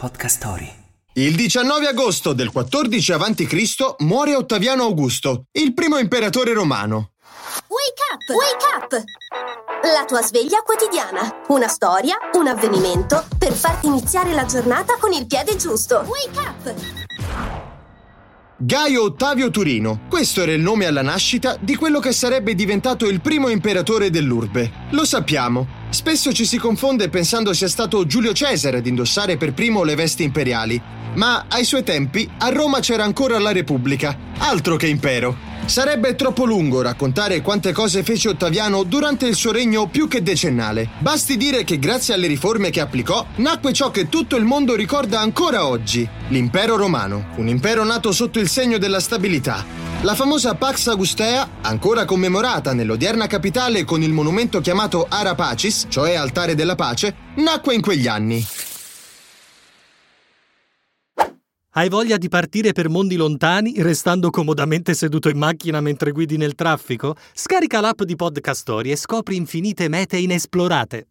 Podcast Story. Il 19 agosto del 14 a.C. muore Ottaviano Augusto, il primo imperatore romano. Wake up! La tua sveglia quotidiana. Una storia, un avvenimento per farti iniziare la giornata con il piede giusto. Wake up! Gaio Ottavio Turino. Questo era il nome alla nascita di quello che sarebbe diventato il primo imperatore dell'urbe. Lo sappiamo. Spesso ci si confonde pensando sia stato Giulio Cesare ad indossare per primo le vesti imperiali. Ma ai suoi tempi a Roma c'era ancora la Repubblica. Altro che impero. Sarebbe troppo lungo raccontare quante cose fece Ottaviano durante il suo regno più che decennale. Basti dire che grazie alle riforme che applicò, nacque ciò che tutto il mondo ricorda ancora oggi: l'impero romano. Un impero nato sotto il segno della stabilità. La famosa Pax Augustea, ancora commemorata nell'odierna capitale con il monumento chiamato Ara Pacis, cioè altare della pace, nacque in quegli anni. Hai voglia di partire per mondi lontani restando comodamente seduto in macchina mentre guidi nel traffico? Scarica l'app di Podcast Story e scopri infinite mete inesplorate.